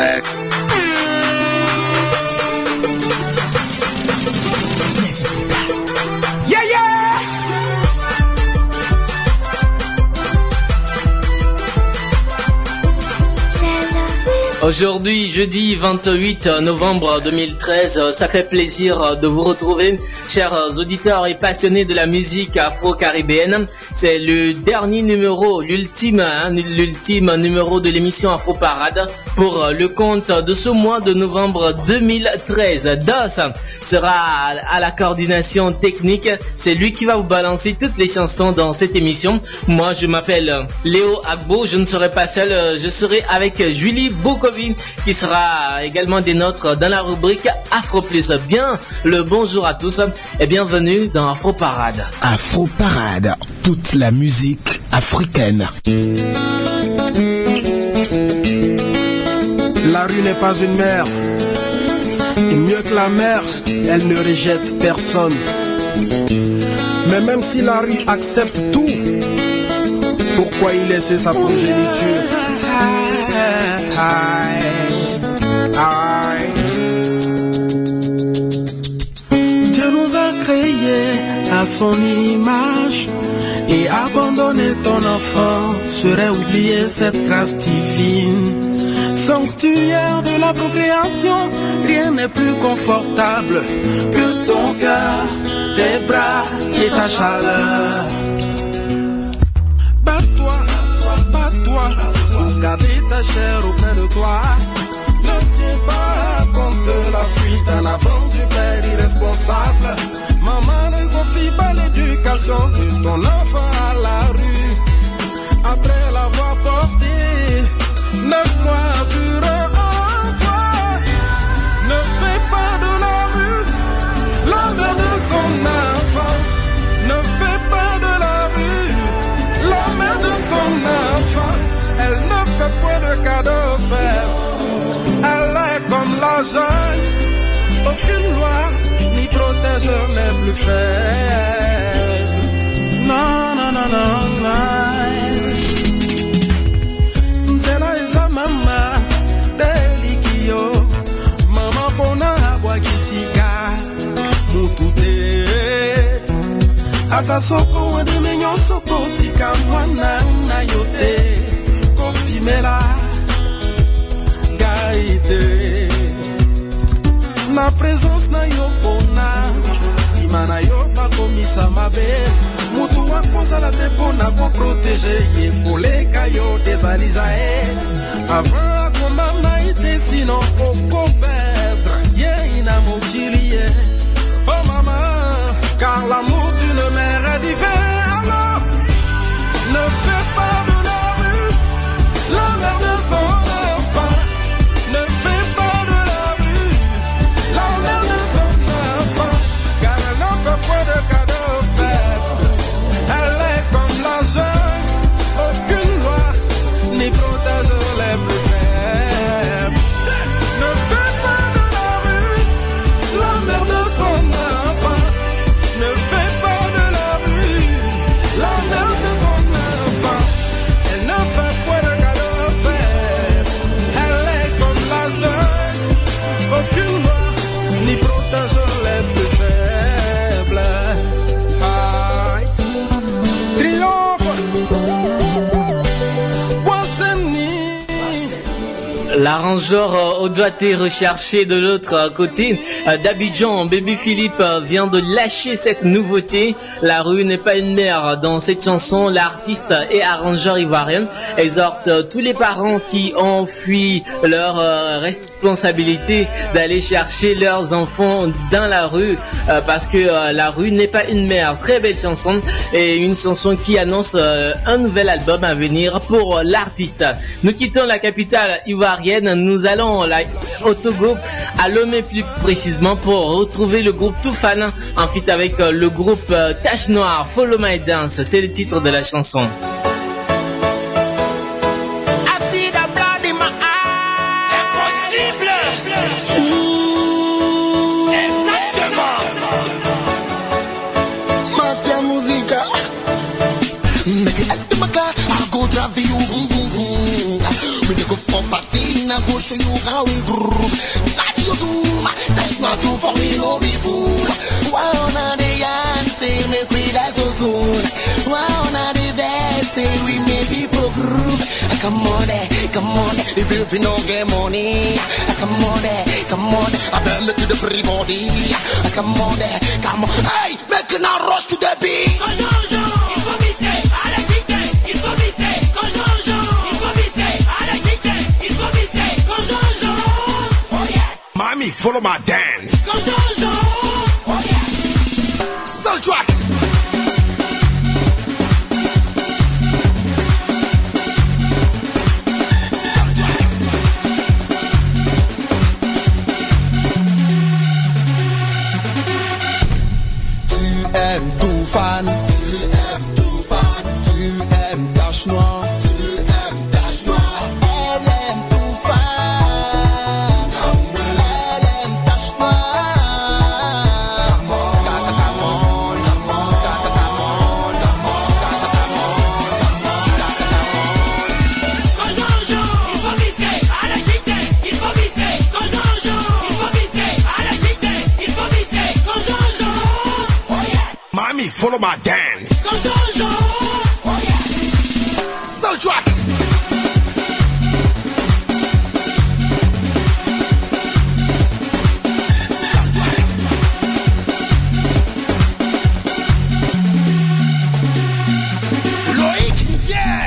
back. Aujourd'hui, jeudi 28 novembre 2013, ça fait plaisir de vous retrouver, chers auditeurs et passionnés de la musique afro-caribéenne. C'est le dernier numéro, l'ultime numéro de l'émission Afro Parade pour le compte de ce mois de novembre 2013. DOS sera à la coordination technique. C'est lui qui va vous balancer toutes les chansons dans cette émission. Moi, je m'appelle Léo Agbo. Je ne serai pas seul. Je serai avec Julie Bokovic, qui sera également des nôtres dans la rubrique Afro Plus. Bien le bonjour à tous et bienvenue dans Afro Parade. Afro Parade, toute la musique africaine. La rue n'est pas une mer, et mieux que la mer, elle ne rejette personne. Mais même si la rue accepte tout, pourquoi y laisser sa progéniture? Dieu nous a créés à son image, et abandonner ton enfant serait oublier cette grâce divine. Sanctuaire de la procréation, rien n'est plus confortable que ton cœur, tes bras et ta chaleur. Bats-toi, pour garder ta chair auprès de toi. Ne tiens pas compte de la fuite en avant du père irresponsable. Maman ne confie pas l'éducation de ton enfant à la rue. Après l'avoir porté 9 mois durant en toi, ne fais pas de la rue la mère de ton enfant. Ne fais pas de la rue la mère de ton enfant. Elle ne fait point de cadeaux offerts. Elle est comme la jungle. Aucune loi ni protégeur n'est plus faible. Non, non, non, non, non. Zela eza mama telikio. Mama pona abwa kisika mutute. Akasoko wende menyon soko tika mwana na yote. Kopimela gaite. Na présence na yo pona sima na yo bakomisa mabe. Mutu wakoza la tepo na ko protéger ye koleka yo desaliza avant akoma maite sinon oko perdre ye ina mokilie. Oh maman, car l'amour d'une mère est divin. Alors ne fais pas de la rue la mère de ton enfant. Ne fais pas de la rue la mère de ton enfant, car elle n'en fait point de cadeau fait. Elle est comme la jungle, aucune loi ni protège les plus faibles. Ne fais pas de la rue la mère de ton enfant. Ne fais pas de la rue la mère de ton enfant. Elle ne fait point de cadeau fait. Elle est comme la jungle, aucune loi ni protège les plus faibles. Aïe. L'arrangeur Odoaté recherché de l'autre côté d'Abidjan, Baby Philippe vient de lâcher cette nouveauté. La rue n'est pas une mer. Dans cette chanson, l'artiste et arrangeur ivoirien exhorte tous les parents qui ont fui leur responsabilité d'aller chercher leurs enfants dans la rue parce que la rue n'est pas une mer. Très belle chanson et une chanson qui annonce un nouvel album à venir pour l'artiste. Nous quittons la capitale ivoirienne. Nous allons au Togo, à Lomé plus précisément, pour retrouver le groupe Toufan en feat avec le groupe Tache Noire. Follow My Dance, c'est le titre de la chanson. go show you how we groove. Like you zoom, that's not too for me, no be fool. One on the yarn, say make we die so soon. One on the best, say we make people groove. Come on there, if you no get money. Come on there, I better make you the free body. Come on there, come on. Hey, make it now rush to the beat. Mommy, follow my dance. Oh yeah. Soul track. Tu aimes Toufan, tu aimes Tache Noire, elle aime Toufan, elle aime Tache Noire. Mommy, follow my dance. Oh yeah. Soul track. Loïc, yeah.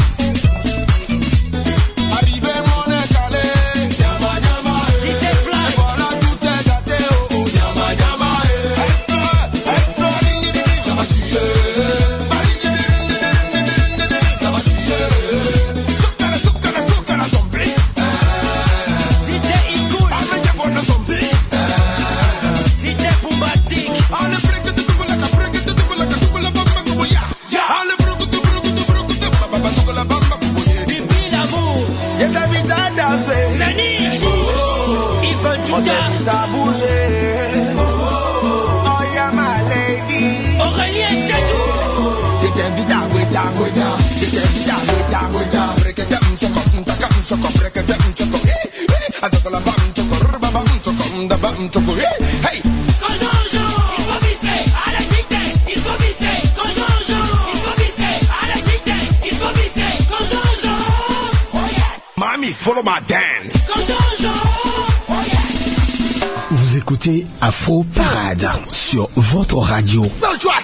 Arrivé mon écalé, nyama nyama, voilà tout est gâté, oh nyama nyama, ça va tuer, ça va tuer, soukara zombie, DJ Ikul, amène bon zombie, DJ Boombatic, allez break it, double bamba kuboya, allez break it, bamba kuboya, Bibi l'amour, y'a David a dansé. Nani, Ivan Juda, T'as bougé, oh yeah my lady. Aurélien Chadou, Je t'invite à Weta, je t'invite à Weta, break it up, choco, break it up, choco, I took a bam, choco, da bam, choco, hey. Conjonjo, il faut visser, à la DJ, il faut visser, Conjonjo, il faut visser, à la DJ, il faut visser, Conjonjo, Mommy, follow my dance. Conjonjo. Vous écoutez Afro Parade sur votre radio. Soul track.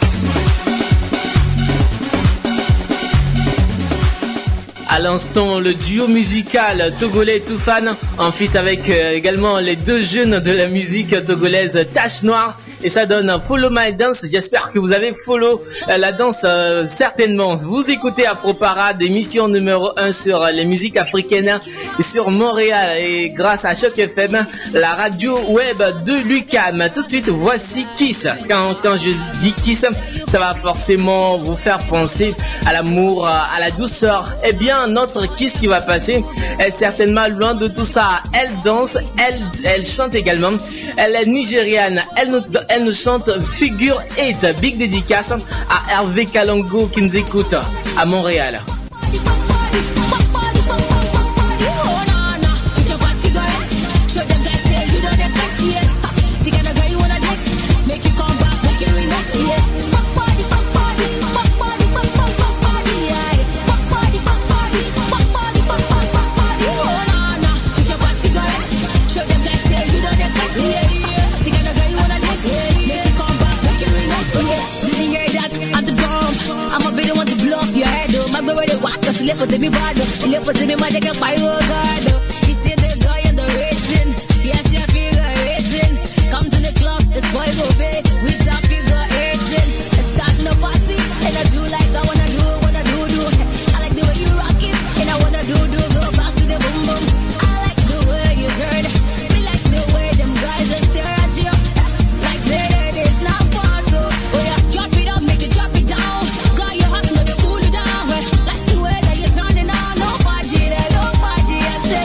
À l'instant, le duo musical togolais Toufan en feat avec également les deux jeunes de la musique togolaise Tache Noire. Et ça donne Follow My Dance. J'espère que vous avez follow la danse certainement. Vous écoutez Afro Parade, émission numéro 1 sur les musiques africaines et sur Montréal. Et grâce à Choc FM, la radio web de l'UQAM. Tout de suite, voici Kiss. Quand je dis Kiss, ça va forcément vous faire penser à l'amour, à la douceur. Eh bien, notre Kiss qui va passer est certainement loin de tout ça. Elle danse, elle chante également. Elle est nigériane. Elle nous chante Figure 8. Big dédicace à Hervé Kalongo qui nous écoute à Montréal. Left for me bad, left for me mad, I can fight oh God. You see the guy in the rating, yes, your figure 18. Come to the club, this boy go big with that figure 18. Starting a party, and I do like I wanna do. I like the way you rock it, and I wanna do, go back to the boom boom. I like the way you turn, we like the way them guys just stare at you. Like say it's not fun, so oh yeah, drop it up, make it drop it down. Girl, your heart, no, you cool it down. Like the way that you're turning on, nobody there, nobody else.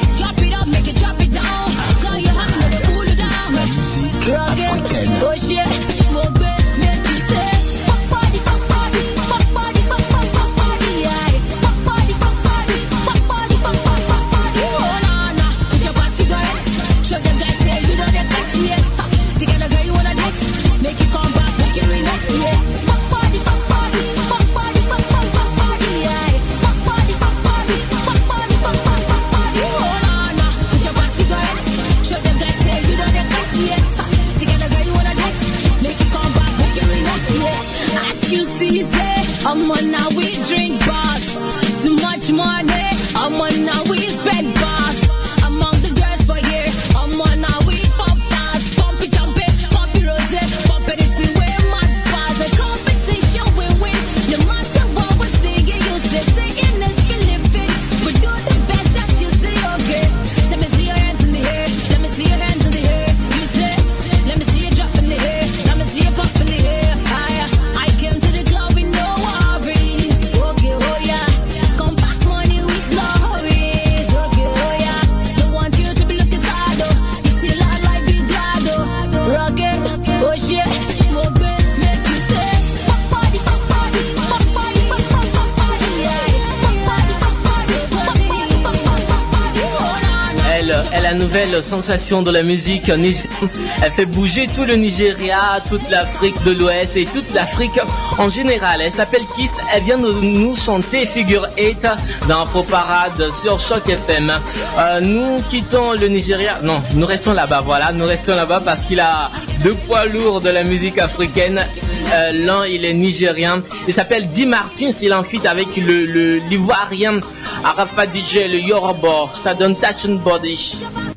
I'm on now we drink boss. Too much money, I'm on now we spend boss. Among the girls for here, I'm on now we pop fast. Pump it, jump it, pop it, rose it, pop it, it's way mad fast. The competition we win, no matter what we're singing, you say singing is killing fit. But do the best that you see, okay? Let me see your hands in the air, let me see your hands in the air. You say, let me see you drop in the air, let me see you pop in the air. I came to the club with no worries. Okay, oh yeah, come back money with stories. Okay, oh yeah, don't want you to be looking sad, oh. You still alive like Big Glad, oh. Rocket, oh shit, oh babe, make you say, pop party, pop party, pop party, pop party, pop party, yeah. Pop party, pop party, pop party, pop party, pop party, oh na na. Elle est la nouvelle sensation de la musique nigérienne. Elle fait bouger tout le Nigeria, toute l'Afrique de l'Ouest et toute l'Afrique en général. Elle s'appelle Kiss. Elle vient de nous chanter Figure 8 dans Afro Parade sur Choc FM. Nous quittons le Nigeria. Non, nous restons là-bas. Voilà, nous restons là-bas parce qu'il a deux poids lourds de la musique africaine. L'un, il est nigérien. Il s'appelle Di Martins. Il est en feat avec l'ivoirien Arafa DJ, le Yoruba. Ça donne Touch and Body.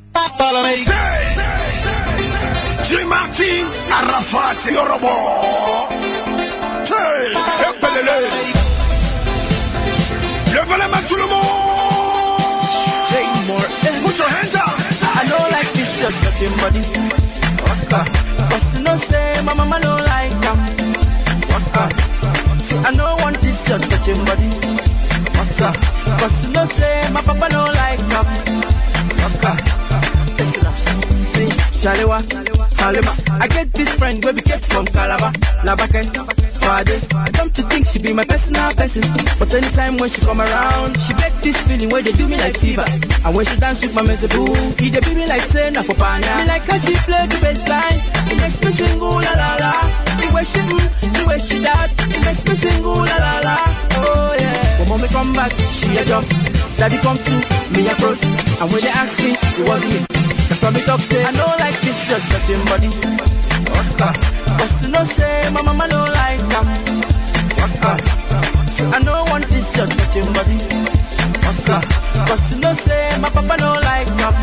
Di Martins, Arafat, Yoruba. Hey, épelez-les. Levez les mains tout le monde. Put your hands up. I don't like this your touching body. Waka. Cause you know say my mama don't like them. Waka. I don't want this your touching body. Waka. Cause you know say my papa don't like them. Waka. Listen up. See, Shalewa, Halima. I get this friend where we get from Calabar, Labake, Friday. Don't you think she be my personal person? But anytime when she come around, she get this feeling where they do me like fever. And when she dance with my Mezebu, he they be me like Sena for Pana. Me like how she play the bass line. It makes me sing ooh la la la. The way she the way she that, it makes me sing ooh la la la. Oh yeah. When mommy come back, she a jump. Daddy come to me a cross. And when they ask me, it was me. That's why me talk say I don't like this your touching body. Cause you know say my mama don't like them. I don't want this your touching body. Cause you know say my papa don't like them.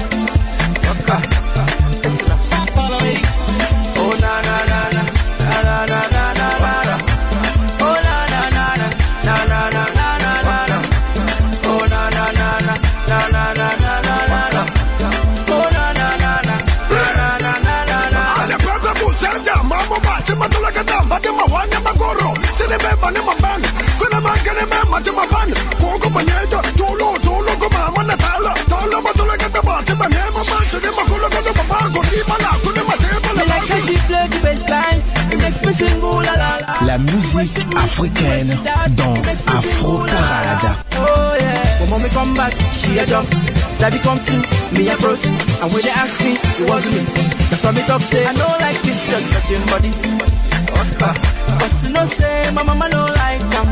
Listen up. Oh na na na na na na na na na na. Oh na na na na na na na na na na. Oh na na na na na na na na na na. Oh na na na na na na na na. Ale pega busenda, mambo bate matula kada, bate mawanya magoro. Sine beba ne mabana, kuna mangene mema de mabana. Koko banyeja, tolo ko mama na tala. Tala matula kada bate mema bate ne makulo kada papa ko di mala, kuna mateba la. Like how she play the bass line, it makes me sing ooh la la la. La musique africaine dans Afro Parade. Oh yeah. When mommy come back, she a jump. Daddy come to me a cross. And when they ask me, it wasn't me. That's why me talk say I don't like this your touching body. Cause you know say my mama don't like them.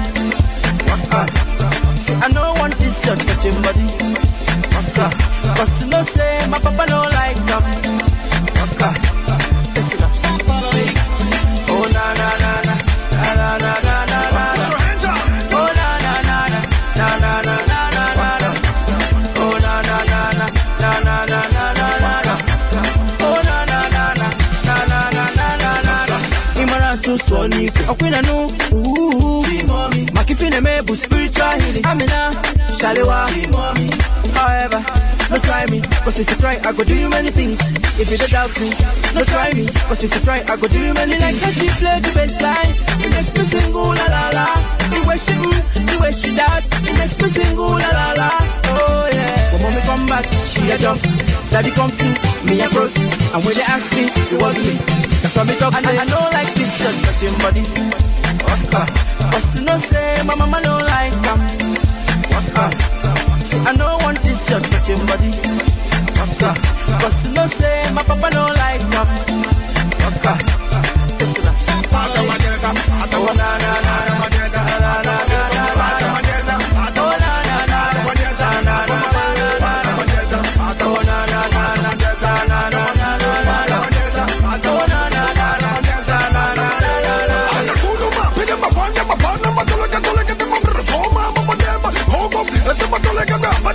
I don't want this your touching body. Cause you know say my papa don't like them. Listen up. Oh na na na na na na na na na. Put your hands up. Oh na na na na na na na na na. Oh na na na na na na na na na. Oh na na na na na na na na na. Imara so swani, okwina no. Makifine me bu spiritual healing. Amina, Shalewa. However, no try me, cause if you try, I go do you many things. If you don't doubt me, no try me, cause if you try, I go do you many things. Like how she play the bass line, it makes me sing ooh la la la. The way she that, it makes me sing ooh la la la. Oh yeah. When mommy come back, she a jump. Daddy come to me a cross. And when they ask me, it wasn't me. That's why me talk say I don't like this your touching body. Cause you know say my mama don't like them. I don't want this your touching body. Cause you know say my papa don't like them. Listen up. Oh na na na na na na na na. Oh na na na na na na na. Oh na na na na na na. Put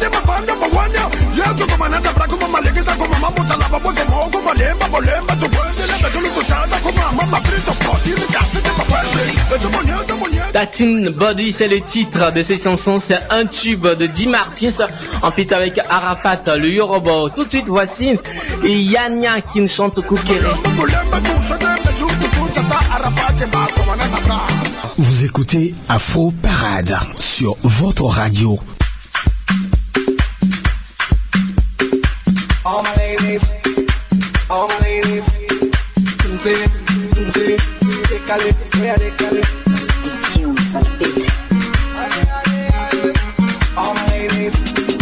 de mabanda mawanya. Yesu kama nata braku mama legeza kama mama talaba bote mongo malemba bolemba tu kwende lebe tulu kuchaza kama mama prito protire gasi de mabende. Latin Body, c'est le titre de ces chansons. C'est un tube de Di Martins en feat avec Arafat, le Yoruba. Tout de suite, voici Yanya qui ne chante Koukéré. Vous écoutez Afro Parade sur votre radio. All my ladies, décalé, décalé. All my ladies,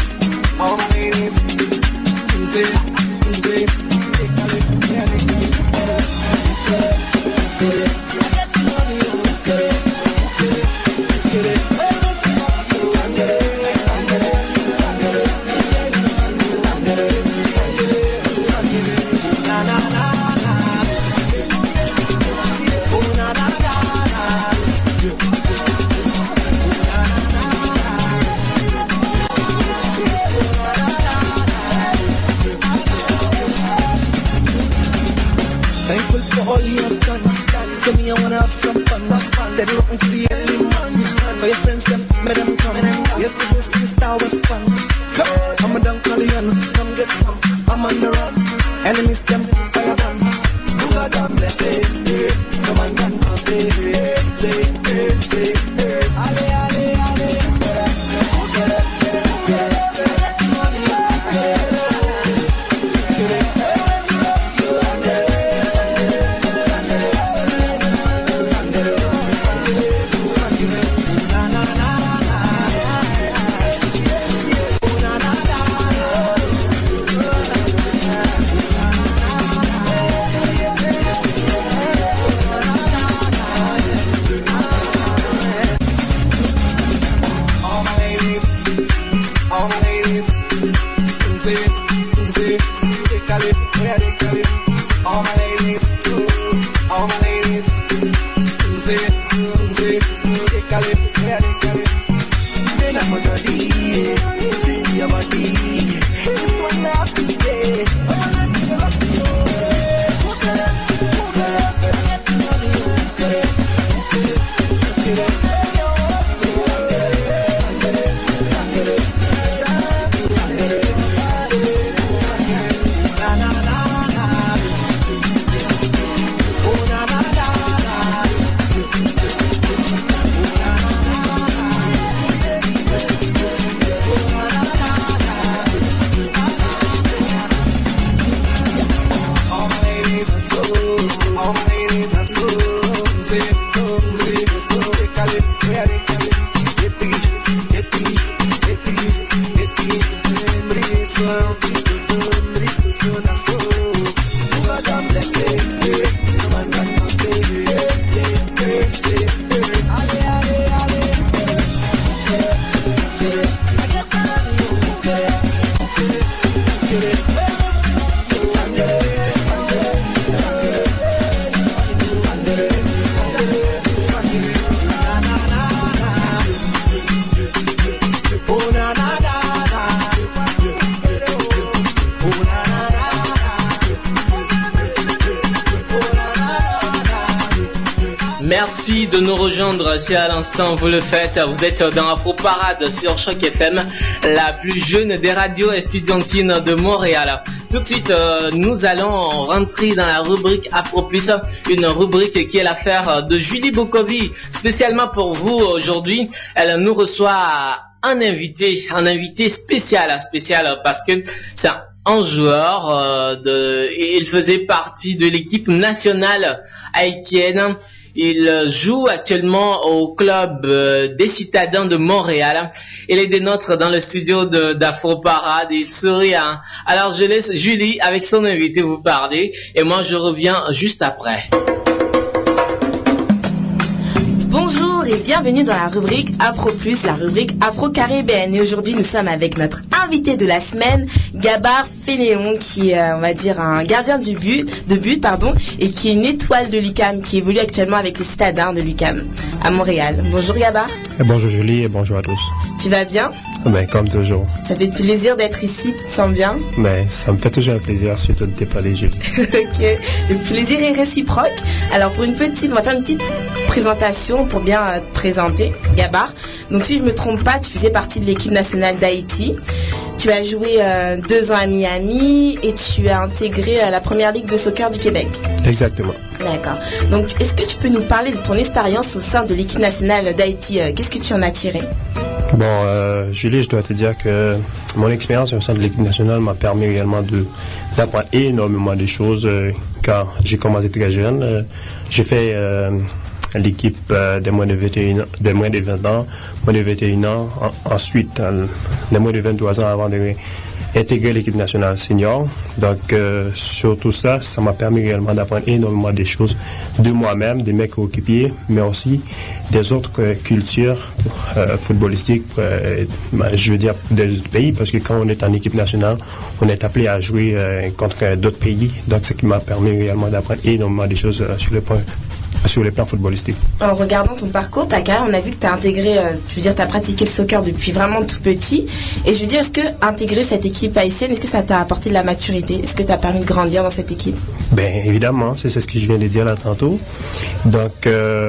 steady rockin' to the early morning. For your friends, them, make them come. Yesterday's sister was fun. I'm a Dunkalian, come get some. I'm on the run. Enemies, them, fire burn. Who got them, let's say, come on, come say, say. Ale, ale, ale. Merci de nous rejoindre si à l'instant vous le faites. Vous êtes dans Afro Parade sur Choc FM, la plus jeune des radios estudiantines de Montréal. Tout de suite, nous allons rentrer dans la rubrique Afro Plus, une rubrique qui est l'affaire de Julie Bokovi. Spécialement pour vous aujourd'hui, elle nous reçoit un invité spécial parce que c'est un joueur il faisait partie de l'équipe nationale haïtienne. Il joue actuellement au club des Citadins de Montréal. Il est des nôtres dans le studio d'Afro Parade. Il sourit. Hein. Alors je laisse Julie avec son invité vous parler et moi je reviens juste après. Bonjour et bienvenue dans la rubrique Afro Plus, la rubrique afro-caribéenne. Et aujourd'hui, nous sommes avec notre invité de la semaine, Gabar Fénéon, qui est, on va dire, un gardien de but, et qui est une étoile de l'UQAM, qui évolue actuellement avec les citadins de l'UQAM à Montréal. Bonjour Gabar. Bonjour Julie et bonjour à tous. Tu vas bien? Ben, comme toujours. Ça fait plaisir d'être ici, tu te sens bien? Ben, ça me fait toujours un plaisir, surtout de te parler, Julie. Ok, le plaisir est réciproque. Alors on va faire une petite présentation pour bien te présenter, Gabar. Donc si je me trompe pas, tu faisais partie de l'équipe nationale d'Haïti. Tu as joué 2 ans à Miami et tu as intégré la première ligue de soccer du Québec. Exactement. D'accord. Donc est-ce que tu peux nous parler de ton expérience au sein de l'équipe nationale d'Haïti? Qu'est-ce que tu en as tiré? Bon, Julie, je dois te dire que mon expérience au sein de l'équipe nationale m'a permis réellement d'apprendre énormément de choses quand j'ai commencé très jeune. J'ai fait l'équipe des moins de 21 ans, moins de 21 ans, ensuite les moins de 23 ans avant de intégrer l'équipe nationale senior. Donc, sur tout ça, ça m'a permis réellement d'apprendre énormément de choses de moi-même, de mes coéquipiers, mais aussi des autres cultures footballistiques, je veux dire des autres pays, parce que quand on est en équipe nationale, on est appelé à jouer contre d'autres pays. Donc, ce qui m'a permis réellement d'apprendre énormément de choses sur les plans footballistiques. En regardant ton parcours, ta carrière, on a vu que tu as intégré, tu as pratiqué le soccer depuis vraiment tout petit. Et je veux dire, est-ce que intégrer cette équipe haïtienne, est-ce que ça t'a apporté de la maturité? Est-ce que tu as permis de grandir dans cette équipe? Ben évidemment, c'est ce que je viens de dire là tantôt. Donc,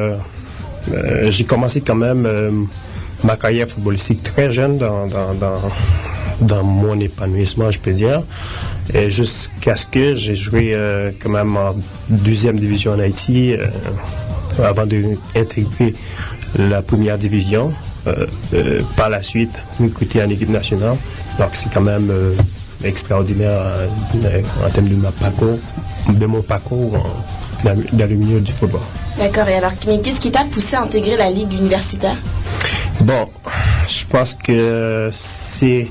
j'ai commencé quand même ma carrière footballistique très jeune dans mon épanouissement, je peux dire, et jusqu'à ce que j'ai joué quand même en 2e division en Haïti avant d'intégrer la première division. Par la suite, recruté en équipe nationale. Donc c'est quand même extraordinaire en termes de mon parcours dans le milieu du football. D'accord, et alors mais qu'est-ce qui t'a poussé à intégrer la ligue universitaire? Bon, je pense que c'est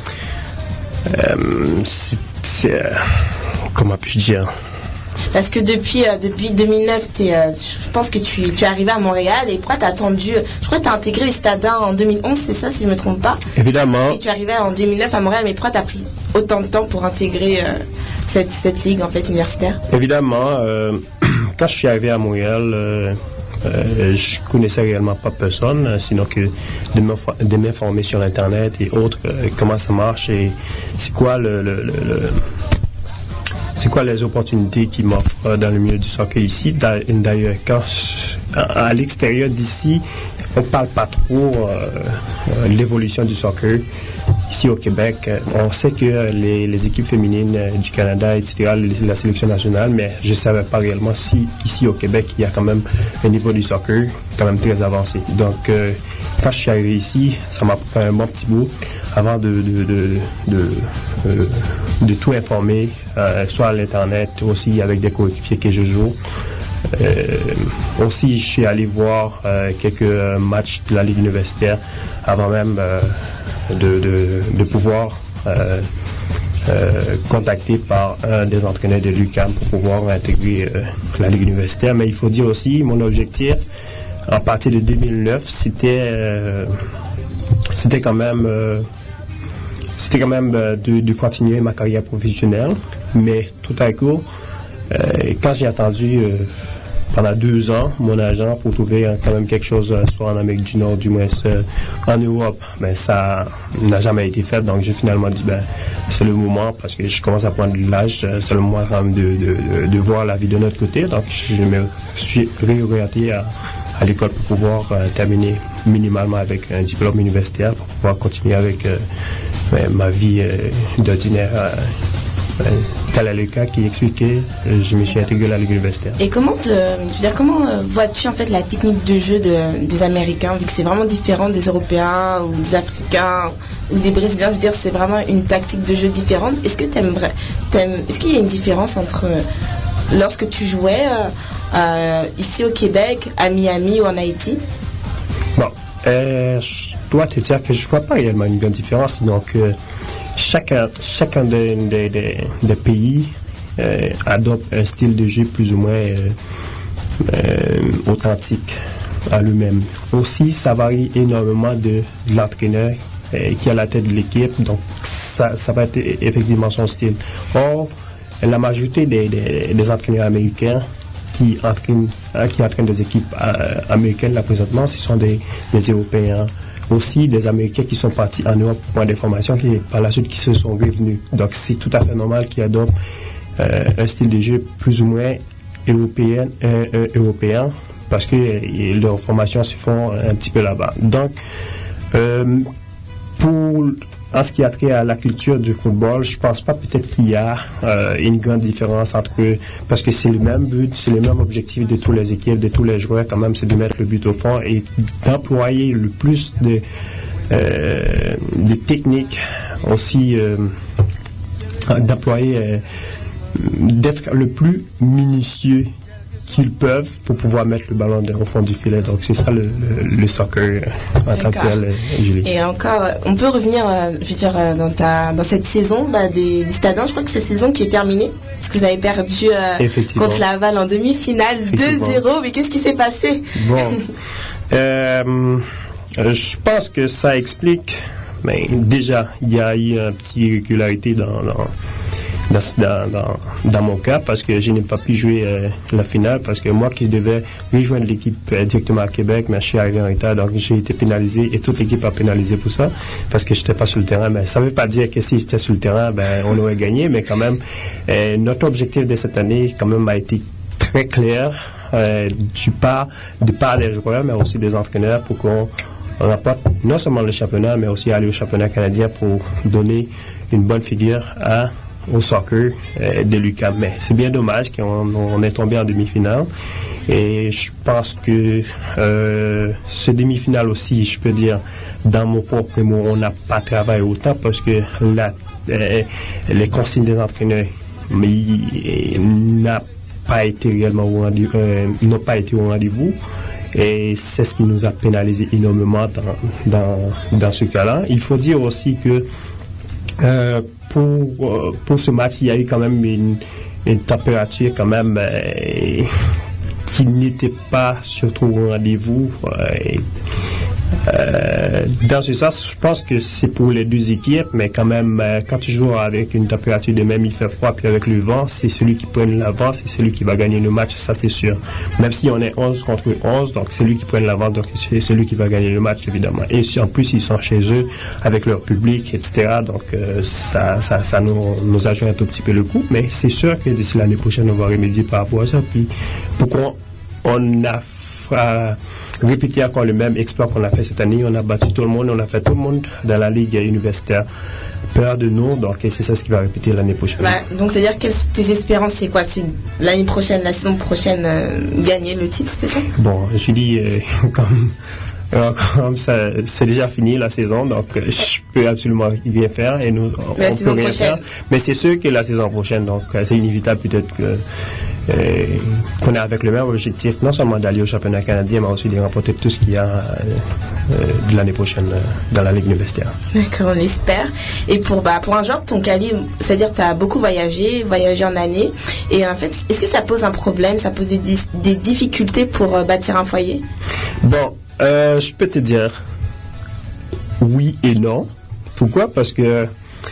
comment puis-je dire? Parce que depuis 2009, je pense que tu es arrivé à Montréal, et pourquoi t'as attendu? Je crois que t'as intégré les Citadins en 2011, c'est ça, si je me trompe pas? Évidemment. Et tu es arrivé en 2009 à Montréal, mais pourquoi t'as pris autant de temps pour intégrer cette ligue en fait universitaire? Évidemment, quand je suis arrivé à Montréal, je connaissais réellement pas personne, sinon que de m'informer sur Internet et autres, comment ça marche et c'est quoi c'est quoi les opportunités qui m'offrent dans le milieu du soccer ici. D'ailleurs, à l'extérieur d'ici, on ne parle pas trop de l'évolution du soccer. Ici au Québec, on sait que les équipes féminines du Canada, etc., la sélection nationale, mais je ne savais pas réellement si ici au Québec, il y a quand même un niveau du soccer quand même très avancé. Donc, quand je suis arrivé ici, ça m'a fait un bon petit bout avant de tout informer, soit à l'Internet, aussi avec des coéquipiers que je joue. Aussi, je suis allé voir quelques matchs de la Ligue universitaire avant même de pouvoir contacter par un des entraîneurs de l'UQAM pour pouvoir intégrer la Ligue universitaire. Mais il faut dire aussi, mon objectif, à partir de 2009, c'était quand même de continuer ma carrière professionnelle. Mais tout à coup, quand j'ai attendu pendant 2 ans, mon agent, pour trouver quand même quelque chose, soit en Amérique du Nord, du moins en Europe, ben ça n'a jamais été fait. Donc j'ai finalement dit, ben c'est le moment, parce que je commence à prendre de l'âge, c'est le moment quand même de voir la vie de notre côté. Donc je me suis réorienté à l'école pour pouvoir terminer minimalement avec un diplôme universitaire, pour pouvoir continuer avec ma vie d'ordinaire. Tel est le cas qui expliquait, je me suis intégré à la Ligue universitaire. Et comment vois-tu en fait la technique de jeu des Américains, vu que c'est vraiment différent des Européens ou des Africains ou des Brésiliens? Je veux dire, c'est vraiment une tactique de jeu différente. Est-ce que est-ce qu'il y a une différence entre lorsque tu jouais ici au Québec, à Miami ou en Haïti? Bon, je dois te dire que je ne vois pas réellement une grande différence. Donc, chacun des pays adopte un style de jeu plus ou moins authentique. à lui-même. Aussi, ça varie énormément de l'entraîneur qui est à la tête de l'équipe, donc ça va être effectivement son style. Or, la majorité des entraîneurs américains qui entraînent des équipes américaines là présentement, ce sont des Européens. Aussi des Américains qui sont partis en Europe pour des formations qui par la suite qui se sont revenus. Donc c'est tout à fait normal qu'ils adoptent un style de jeu plus ou moins européen parce que leurs formations se font un petit peu là-bas. Donc en ce qui a trait à la culture du football, je pense pas peut-être qu'il y a une grande différence entre eux, parce que c'est le même but, c'est le même objectif de toutes les équipes, de tous les joueurs quand même, c'est de mettre le but au fond et d'employer le plus de techniques aussi, d'être le plus minutieux qu'ils peuvent pour pouvoir mettre le ballon au fond du filet. Donc c'est ça le soccer en tant que tel, Julie. Et encore, on peut revenir, je veux dire, dans cette saison des Stadins. Je crois que c'est la saison qui est terminée, parce que vous avez perdu contre Laval en demi-finale 2-0. Mais qu'est-ce qui s'est passé? Bon, je pense que ça explique. Mais déjà, il y a eu une petite irrégularité dans mon cas, parce que je n'ai pas pu jouer la finale, parce que moi qui devais rejoindre l'équipe directement à Québec, mais je suis arrivé en retard, donc j'ai été pénalisé et toute l'équipe a pénalisé pour ça, parce que je n'étais pas sur le terrain. Mais ça ne veut pas dire que si j'étais sur le terrain, on aurait gagné, mais quand même, notre objectif de cette année quand même a été très clair, de part des joueurs, mais aussi des entraîneurs, pour qu'on remporte non seulement le championnat, mais aussi aller au championnat canadien pour donner une bonne figure au soccer de l'UQAM. Mais c'est bien dommage qu'on est tombé en demi-finale. Et je pense que ce demi-finale aussi, je peux dire, dans mon propre mot, on n'a pas travaillé autant, parce que les consignes des entraîneurs n'ont pas été réellement au rendez-vous. Et c'est ce qui nous a pénalisé énormément dans ce cas-là. Il faut dire aussi que pour ce match, il y a eu quand même une température quand même qui n'était pas surtout au rendez-vous. Dans ce sens, je pense que c'est pour les deux équipes, mais quand même, quand tu joues avec une température de même, il fait froid, puis avec le vent, c'est celui qui prend l'avance, c'est celui qui va gagner le match, ça c'est sûr. Même si on est 11 contre 11, donc celui qui prend l'avance, donc c'est celui qui va gagner le match, évidemment. Et si en plus ils sont chez eux, avec leur public, etc., donc ça nous ajoute un tout petit peu le coup, mais c'est sûr que d'ici l'année prochaine, on va remédier par rapport à ça. Puis pourquoi on a répéter encore le même exploit qu'on a fait cette année. On a battu tout le monde, on a fait tout le monde dans la ligue universitaire. Peur de nous, donc c'est ça ce qui va répéter l'année prochaine. Donc c'est-à-dire que tes espérances, c'est quoi? C'est l'année prochaine, la saison prochaine, gagner le titre, c'est ça? Bon, je dis comme ça, c'est déjà fini la saison, donc je peux absolument rien faire et nous on peut rien faire. Mais c'est sûr que la saison prochaine, donc c'est inévitable peut-être qu'on est avec le même objectif, non seulement d'aller au championnat canadien, mais aussi de remporter tout ce qu'il y a de l'année prochaine dans la ligue universitaire. D'accord, on espère. Et pour un joueur de ton calibre, c'est-à-dire que tu as beaucoup voyagé en année, et en fait, est-ce que ça pose un problème, ça pose des difficultés pour bâtir un foyer? Bon, je peux te dire oui et non. Pourquoi? Parce que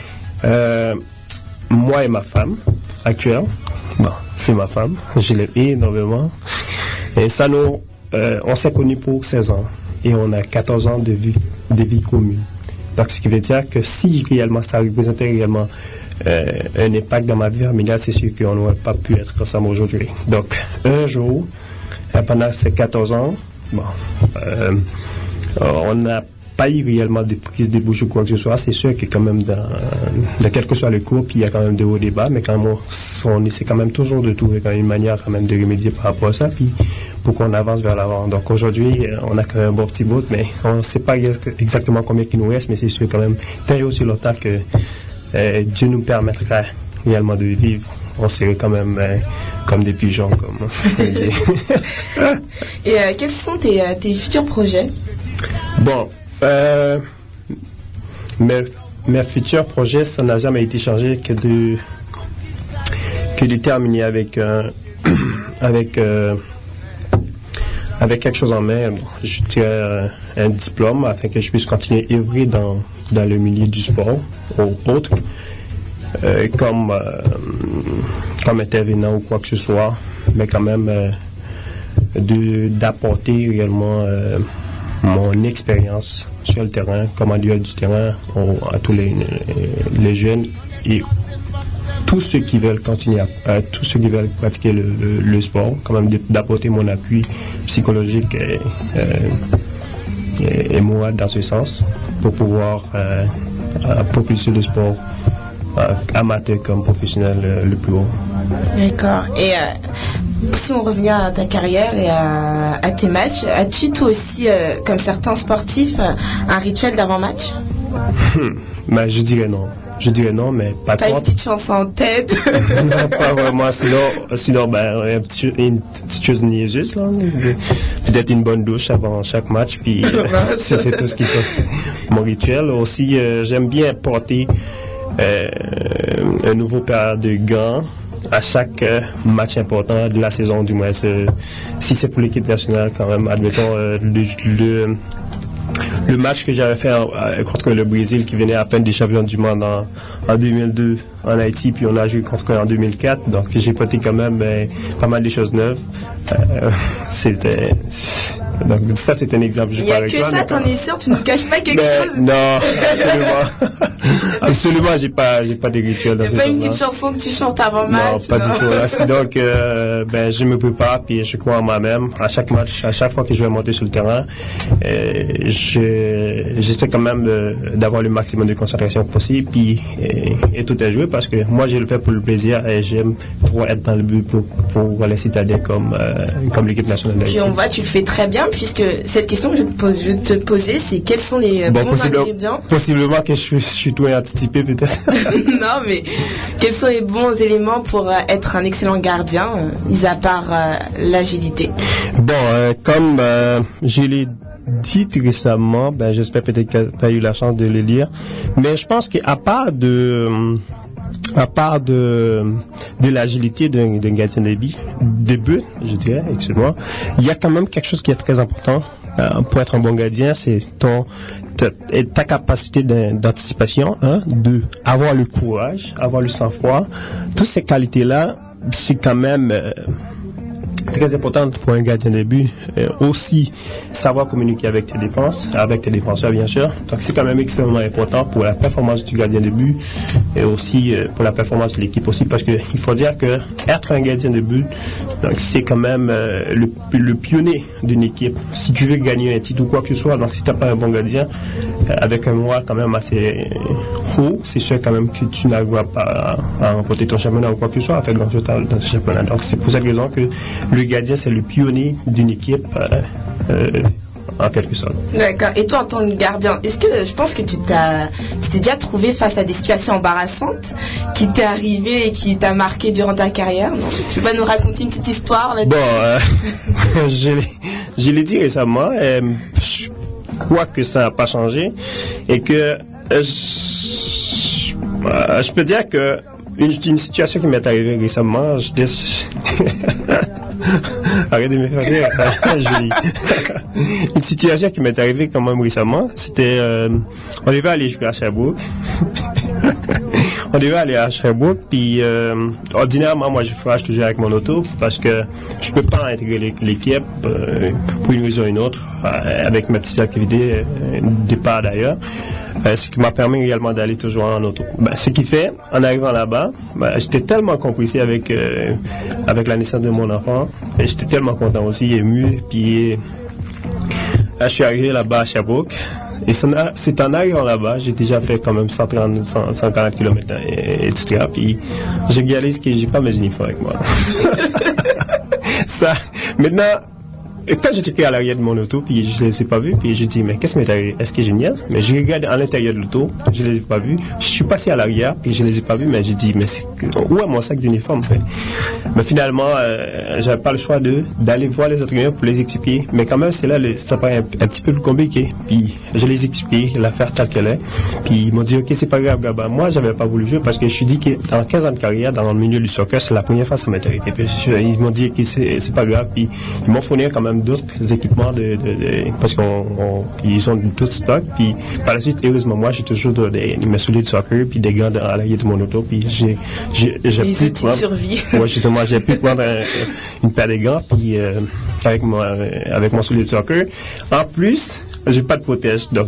moi et ma femme actuelle, c'est ma femme, je l'aime énormément, et ça on s'est connus pour 16 ans et on a 14 ans de vie commune. Donc ce qui veut dire que si réellement ça représentait réellement un impact dans ma vie familiale, c'est sûr qu'on n'aurait pas pu être ensemble aujourd'hui. Donc un jour, pendant ces 14 ans, on n'a pas eu réellement de prise de bouche ou quoi que ce soit. C'est sûr que quand même dans quel que soit le cours, puis il y a quand même des hauts débats, mais quand même on essaie quand même toujours de trouver quand même une manière quand même de remédier par rapport à ça, puis pour qu'on avance vers l'avant. Donc aujourd'hui, on a quand même un bon petit bout, mais on ne sait pas exactement combien il nous reste, mais c'est sûr quand même tant et aussi longtemps que Dieu nous permettra réellement de vivre. On serait quand même comme des pigeons, comme on dit. Et quels sont tes futurs projets? Bon, mes futurs projets, ça n'a jamais été changé que de terminer avec avec quelque chose en main, je dirais un diplôme afin que je puisse continuer à œuvrer dans le milieu du sport ou autre, comme intervenant ou quoi que ce soit, mais quand même d'apporter réellement mon expérience sur le terrain, comme en dehors du terrain, à tous les jeunes et tous ceux qui veulent continuer tous ceux qui veulent pratiquer le sport, quand même d'apporter mon appui psychologique et moral dans ce sens pour pouvoir propulser le sport amateur comme professionnel le plus haut. D'accord. Et si on revient à ta carrière et à tes matchs, as-tu toi aussi, comme certains sportifs, un rituel d'avant-match? Ben, je dirais non, mais pas trop. Pas une petite chanson en tête? Non, pas vraiment. Sinon ben, une petite chose niaiseuse, là. Peut-être une bonne douche avant chaque match, puis c'est tout ce qui fait mon rituel. Aussi, j'aime bien porter un nouveau paire de gants à chaque match important de la saison, du moins. Si c'est pour l'équipe nationale, quand même, admettons, le match que j'avais fait contre le Brésil, qui venait à peine des champions du monde en 2002 en Haïti, puis on a joué contre eux en 2004, donc j'ai porté quand même pas mal de choses neuves. Donc ça, c'est un exemple. Il n'y a que ça, t'en es sûr? Tu ne caches pas quelque chose? Non, absolument, j'ai pas de rituel dans ce pas une petite chanson que tu chantes avant match? Non, pas du tout. C'est donc, je me prépare, puis je crois en moi-même. À chaque match, à chaque fois que je vais monter sur le terrain, j'essaie quand même d'avoir le maximum de concentration possible, puis et tout est joué, parce que moi, je le fais pour le plaisir et j'aime trop être dans le but pour les citadins comme l'équipe nationale d'Haïti. Puis on voit, tu le fais très bien, puisque cette question que je te posais, c'est quels sont les bons ingrédients? Possiblement que je suis tout anticipé, peut-être. Non, mais quels sont les bons éléments pour être un excellent gardien, mis à part l'agilité? Bon, comme je l'ai dit récemment, j'espère peut-être que tu as eu la chance de le lire, mais je pense qu'à part de l'agilité d'un gardien de but, je dirais, excuse-moi, il y a quand même quelque chose qui est très important pour être un bon gardien, c'est ta capacité d'anticipation, de avoir le courage, avoir le sang-froid. Toutes ces qualités-là, c'est quand même très importante pour un gardien de but. Aussi, savoir communiquer avec tes défenseurs, bien sûr. Donc, c'est quand même extrêmement important pour la performance du gardien de but et aussi pour la performance de l'équipe aussi, parce que il faut dire que être un gardien de but, donc c'est quand même le pionnier d'une équipe. Si tu veux gagner un titre ou quoi que ce soit, donc si tu n'as pas un bon gardien, avec un moral quand même assez haut, c'est sûr quand même que tu n'arriveras pas à remporter ton championnat ou quoi que ce soit, à faire grand-chose dans ce championnat. Donc, c'est pour cette raison que le gardien, c'est le pionnier d'une équipe, en quelque sorte. D'accord. Et toi, en tant que gardien, est-ce que je pense que tu t'es déjà trouvé face à des situations embarrassantes qui t'est arrivé et qui t'a marqué durant ta carrière? Non? Tu vas nous raconter une petite histoire là-dessus? Bon, je l'ai dit récemment. Je crois que ça n'a pas changé et que je peux dire que une situation qui m'est arrivée récemment, arrête de me faire rire, Julie. Une situation qui m'est arrivée quand même récemment, c'était on devait aller jouer à Sherbrooke. Puis ordinairement, moi je ferai toujours avec mon auto parce que je peux pas intégrer l'équipe pour une raison ou une autre avec ma petite activité départ d'ailleurs. Ce qui m'a permis également d'aller toujours en auto. Ce qui fait, en arrivant là-bas, j'étais tellement compressé avec la naissance de mon enfant, et j'étais tellement content aussi, ému, puis je suis arrivé là-bas à Sherbrooke, et c'est en arrivant là-bas, j'ai déjà fait quand même 140 km, etc. Puis je réalise que j'ai pas mes uniformes avec moi. Ça, maintenant, quand j'étais pris à l'arrière de mon auto, puis je ne les ai pas vus, puis j'ai dit, mais qu'est-ce qui m'est arrivé? Est-ce que j'ai niaise? Mais je regarde à l'intérieur de l'auto, je ne les ai pas vus. Je suis passé à l'arrière, puis je ne les ai pas vus, mais j'ai dit, mais où est mon sac d'uniforme? Mais finalement, j'avais pas le choix d'aller voir les entraîneurs pour les expliquer. Mais quand même, c'est là, ça paraît un petit peu plus compliqué. Puis je les ai expliqué, l'affaire telle qu'elle est. Puis ils m'ont dit, ok, c'est pas grave, Gaba. Moi, j'avais pas voulu jouer parce que je suis dit que dans 15 ans de carrière, dans le milieu du soccer, c'est la première fois que ça m'est arrivé. Puis ils m'ont dit que c'est pas grave. Puis ils m'ont fourni quand même même d'autres équipements parce qu'ils ont tout stock. Puis par la suite, heureusement, moi, j'ai toujours mes souliers de soccer, puis des gants à l'arrière de mon auto. Puis j'ai pu prendre. Ouais, justement, j'ai pu prendre une paire de gants, puis avec mon soulier de soccer. En plus, j'ai pas de protège, donc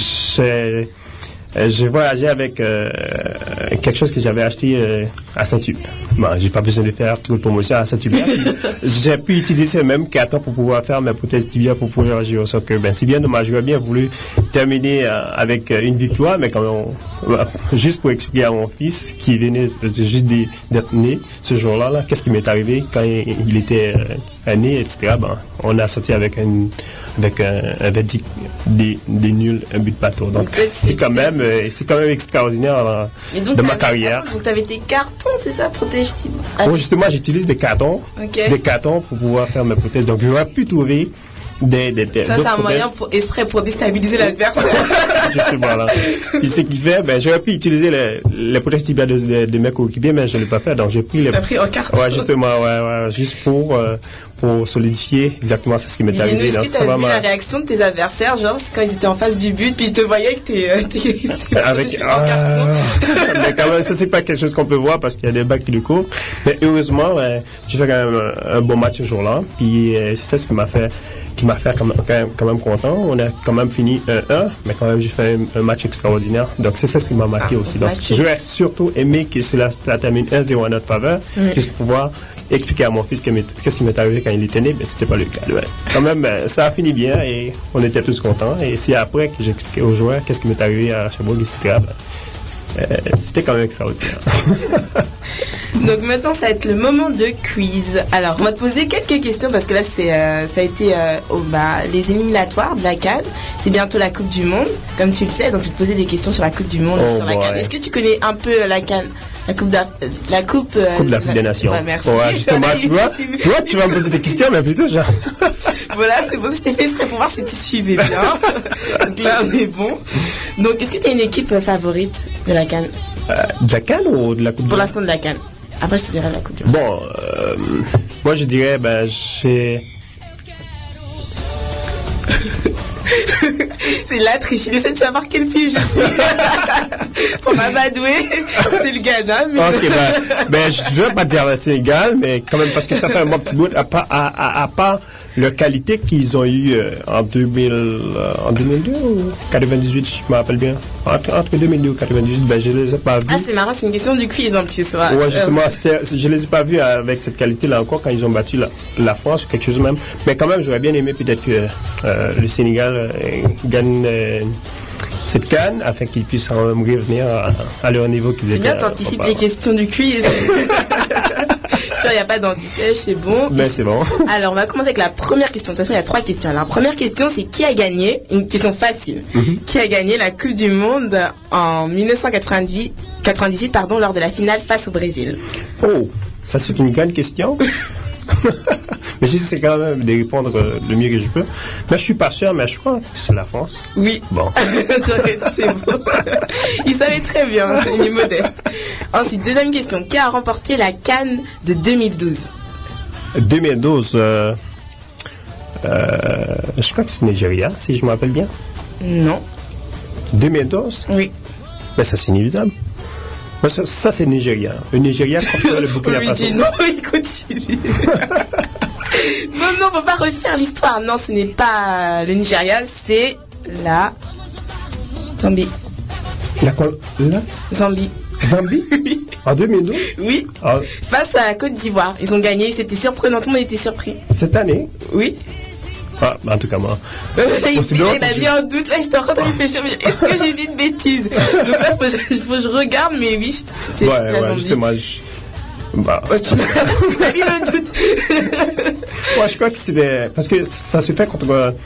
j'ai voyagé avec quelque chose que j'avais acheté à Saint-Hubert. Bon, j'ai pas besoin de faire trop de promotion à Saint-Hubert. J'ai pu utiliser le même carton pour pouvoir faire mes prothèses tibiales pour pouvoir jouer au soccer. Ben, c'est bien dommage. J'aurais bien voulu terminer avec une victoire, mais quand même, juste pour expliquer à mon fils qui venait juste d'être né ce jour-là, là, qu'est-ce qui m'est arrivé quand il était né, etc. Ben, on a sorti avec un verdict des nuls, un but de bateau. Donc, c'est quand même extraordinaire de ma carrière. Donc, tu avais tes cartons, c'est ça, protège cible. Bon, justement, j'utilise des cartons pour pouvoir faire mes protèges. Donc, j'aurais pu trouver ça, c'est un moyen exprès pour déstabiliser l'adversaire. Justement, là. Puis, ce qui fait, j'aurais pu utiliser les protèges tibiales de mes coéquipiers, mais je ne l'ai pas fait. Donc, j'ai pris T'as pris en carton. Ouais, justement, juste pour solidifier exactement ce qui m'est arrivé. Est-ce que tu as vu la réaction de tes adversaires, genre quand ils étaient en face du but, puis ils te voyaient que t'es avec en carton. Mais quand même, ça c'est pas quelque chose qu'on peut voir parce qu'il y a des bacs qui le courent. Mais heureusement, j'ai fait quand même un bon match ce jour-là. Puis c'est ça ce qui m'a fait quand même content. On a quand même fini 1-1, mais quand même j'ai fait un match extraordinaire. Donc c'est ça ce qui m'a marqué aussi. Donc j'aurais surtout aimé que cela termine 1-0 à notre faveur, juste pour pouvoir expliquer à mon fils qu'est-ce qui m'est arrivé quand il était né, mais c'était pas le cas. Ouais. Quand même, ça a fini bien et on était tous contents. Et c'est après que j'expliquais aux joueurs qu'est-ce qui m'est arrivé à Sherbrooke, etc. C'était quand même extraordinaire. Donc maintenant, ça va être le moment de quiz. Alors, on va te poser quelques questions parce que là, ça a été les éliminatoires de la CAN. C'est bientôt la Coupe du Monde, comme tu le sais. Donc, je vais te poser des questions sur la Coupe du Monde et sur la CAN. Est-ce que tu connais un peu la CAN? Coupe d'Afrique des Nations. Ouais, merci. Ouais, justement, tu vois, tu vas me poser des questions, mais plutôt genre. Voilà, c'est bon, c'était fait exprès pour voir si tu suivais bien. Donc là, on est bon. Donc, est-ce que tu as une équipe favorite de la CAN? De la CAN ou de la Coupe du Monde? Pour l'instant, de la CAN. Après, je te dirai la Coupe du Monde. Bon, moi, je dirais, j'ai... C'est la triche, il essaie de savoir quel pays je suis. Pour m'amadouer, c'est le Ghana. Mais... Ok, je ne veux pas dire le Sénégal, mais quand même, parce que ça fait un bon petit bout, à part leur qualité qu'ils ont eu en 2002 ou 98, je me rappelle bien. Entre 2002 ou 98, je les ai pas vus. Ah, c'est marrant, c'est une question du quiz en plus. Ouais, justement, je les ai pas vus avec cette qualité-là encore quand ils ont battu la France ou quelque chose même. Mais quand même, j'aurais bien aimé peut-être que le gagne cette CAN afin qu'ils puissent revenir à leur niveau qu'ils étaient. C'est bien, t'anticipes les questions du quiz. Il n'y a pas d'anti-sèche, c'est bon. Ben, c'est bon. Alors, on va commencer avec la première question. De toute façon, il y a 3 questions. Alors, la première question, c'est qui a gagné, une question facile, qui a gagné la Coupe du Monde en 1998, lors de la finale face au Brésil? Oh, ça c'est une grande question. Mais j'essaie quand même de répondre le mieux que je peux. Mais je suis pas sûr, mais je crois que c'est la France. Oui. Bon. C'est bon. Il savait très bien, il est modeste. Ensuite, deuxième question. Qui a remporté la CAN de 2012? 2012, je crois que c'est Nigeria, si je me rappelle bien. Non. 2012? Oui. Ben ça c'est inévitable. Ça c'est Nigeria. Le Nigeria contre le Burkina Faso. Non, il continue. Non, on ne peut pas refaire l'histoire. Non, ce n'est pas le Nigeria, c'est la Zambie. La Zambie. Zambie? Oui. En 2012? Oui. Ah. Face à la Côte d'Ivoire. Ils ont gagné, c'était surprenant, tout le monde était surpris. Cette année? Oui. Ah, en tout cas, moi. Il m'a mis en doute, là, j'étais en train de réfléchir. Est-ce que j'ai dit une bêtise? Donc là, faut que je regarde, mais oui, c'est la Zambie. Justement, tu m'as mis le doute. Moi, je crois que c'est parce que ça se fait contre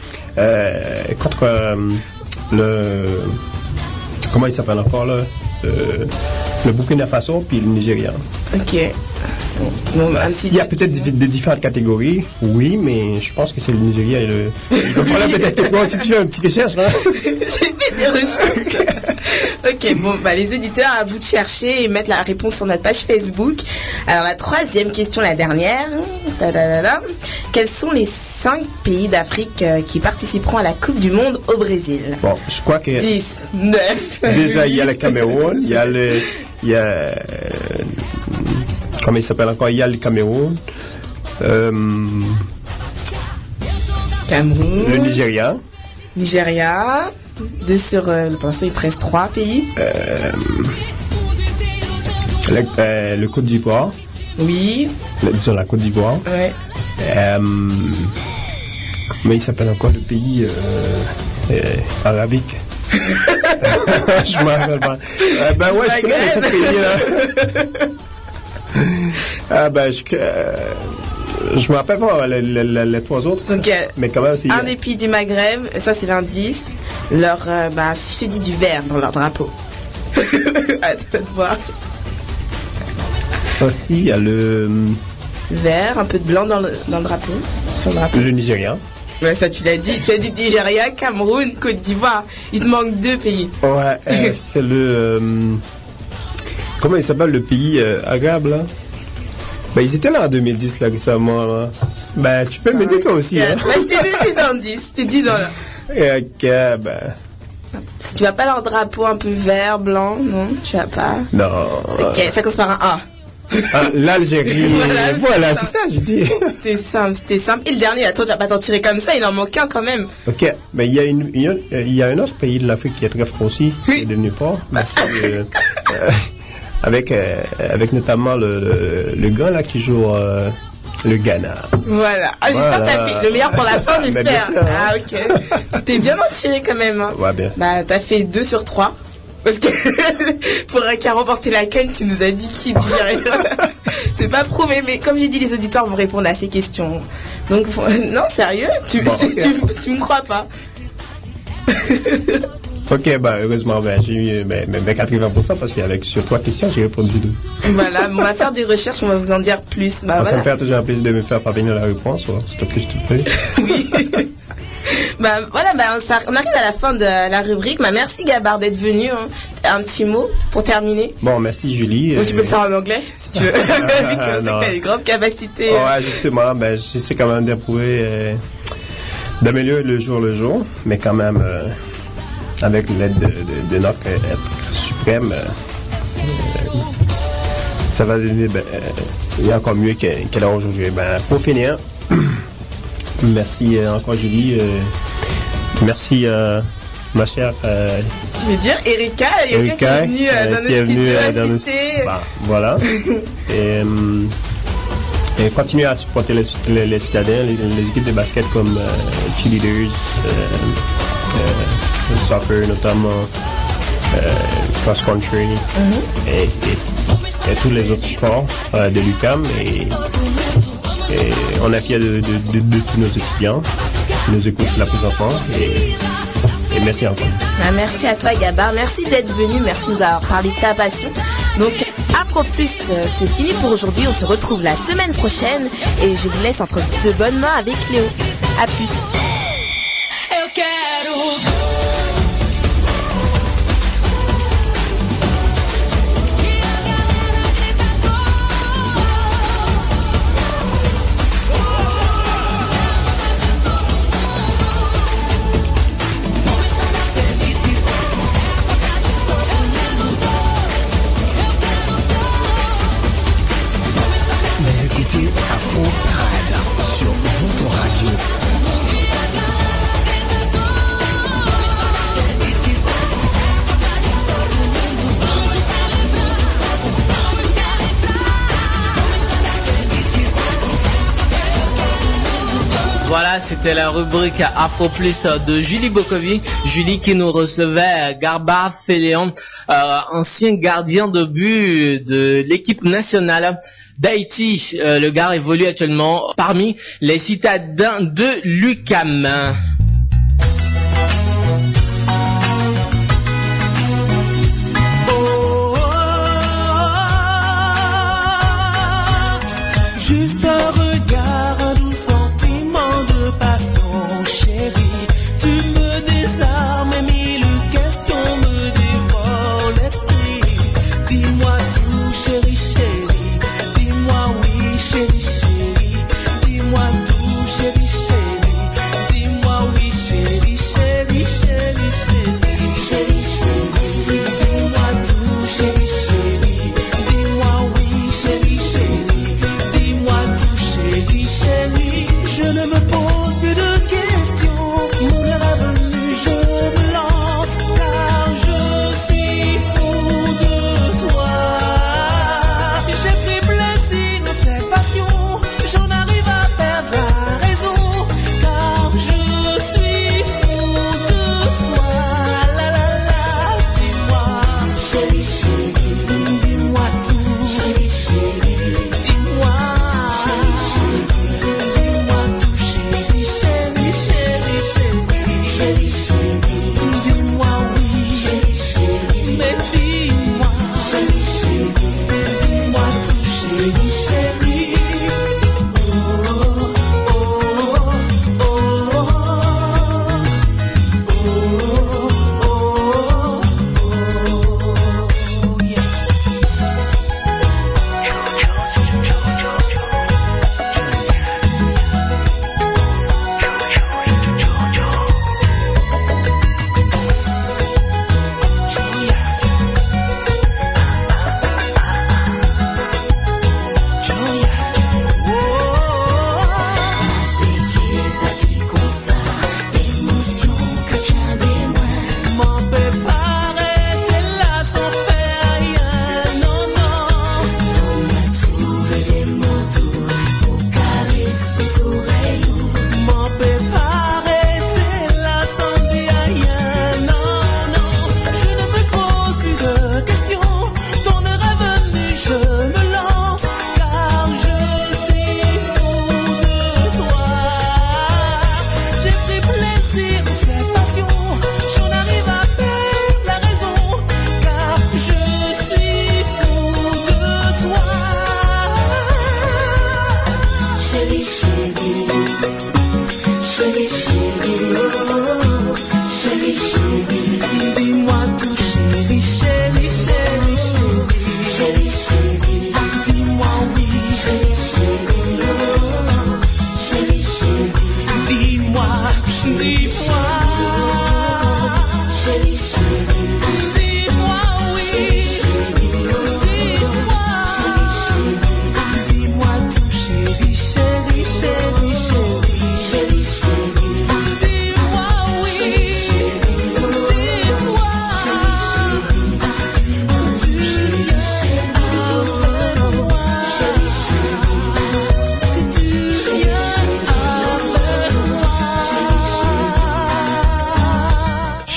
le... Comment il s'appelle encore, là? Le Burkina Faso puis le Nigeria. Ok. Bon, il y a peut-être des différentes catégories, oui, mais je pense que c'est le Nigeria et le... Voilà, peut-être que toi aussi tu fais un petit recherche, hein? J'ai fait des recherches. Ok, bon, bah, les auditeurs, à vous de chercher et mettre la réponse sur notre page Facebook. Alors, la troisième question, la dernière. Tadadada. Quels sont les 5 pays d'Afrique qui participeront à la Coupe du Monde au Brésil? Bon, je crois que... 10, 9. Déjà, 8. il y a le Cameroun, il y a comment il s'appelle encore? Il y a le Cameroun, Cameroun. le Nigeria. Nigeria. Pour l'instant, il te reste 3 pays. Le Côte d'Ivoire. Oui. Disons la Côte d'Ivoire. Ouais. Mais il s'appelle encore le pays arabique. Je m'en rappelle pas. Ben ouais, je connais ce pays-là. Je me rappelle pas les 3 autres. Donc, mais quand même, c'est un des pays du Maghreb, ça c'est l'indice. Leur, je te dis du vert dans leur drapeau. Attends de voir. Aussi, il y a le vert, un peu de blanc dans le drapeau. Sur le drapeau. Le Nigeria. Ouais, ça tu l'as dit. Tu as dit Nigeria, Cameroun, Côte d'Ivoire. Il te manque 2 pays. Ouais, c'est le... comment il s'appelle le pays arabe là? Ben, ils étaient là en 2010 là récemment là. Ben, tu peux m'aider toi aussi. Hein? Ben, je t'ai donné les indices. Je t'ai dit dans là. Ok, ben... Si tu vas pas leur drapeau un peu vert, blanc, non? Tu vas pas? Non. Ok, ça commence par un A. L'Algérie, voilà, c'est ça, je dis. C'était simple. Et le dernier, attends, tu vas pas t'en tirer comme ça, il en manque un quand même. Ok, mais il y a un autre pays de l'Afrique qui est très fort aussi, qui est devenu fort. Ben, avec notamment le gars là qui joue le Ghana. Voilà. Ah, j'espère que t'as fait le meilleur pour la fin, j'espère. Sûr, hein. Ah, ok. Tu t'es bien en tiré quand même. Hein. Ouais, bien. Bah, t'as fait 2 sur 3. Parce que pour qui a remporté la canne, tu nous as dit qui dirait. C'est pas prouvé, mais comme j'ai dit, les auditeurs vont répondre à ces questions. Donc, non, sérieux, tu me crois pas. Ok, bah heureusement, j'ai eu 80% parce qu'avec sur 3 questions, j'ai répondu 2. Voilà, on va faire des recherches, on va vous en dire plus. Bah, ça me fait toujours un plaisir de me faire parvenir la réponse, s'il te plaît. Oui. Bah voilà, on arrive à la fin de la rubrique. Merci Gabar d'être venu. Hein. Un petit mot pour terminer. Bon, merci Julie. Tu peux le faire en anglais si tu veux. Vu que je sais que t'as des grandes capacités. Ouais, justement, j'essaie quand même d'améliorer le jour, mais quand même avec l'aide de notre être suprême, ça va devenir encore mieux qu'elle est aujourd'hui. Pour finir, merci encore Julie. Merci ma chère. Tu veux dire Erika qui est venue dans nos studios. Voilà. Et continuer à supporter les citadins, les équipes de basket comme cheerleaders, soccer notamment, cross country et tous les autres sports de l'UQAM. Et on est fiers de tous nos étudiants qui nous écoutent la plus enfant. Et merci encore. Merci à toi Gabar, merci d'être venu, merci de nous avoir parlé de ta passion. Donc Afro Plus, c'est fini pour aujourd'hui, on se retrouve la semaine prochaine et je vous laisse entre de bonnes mains avec Léo. A plus. Afro Parade sur votre radio. Voilà, c'était la rubrique Afro Plus de Julie Bokovi. Julie qui nous recevait Garba Féléon, ancien gardien de but de l'équipe nationale d'Haïti. Le gars évolue actuellement parmi les citadins de l'UQAM. Juste un regard, un doux sentiment de passion, chérie. Tu me désarmes, mille questions.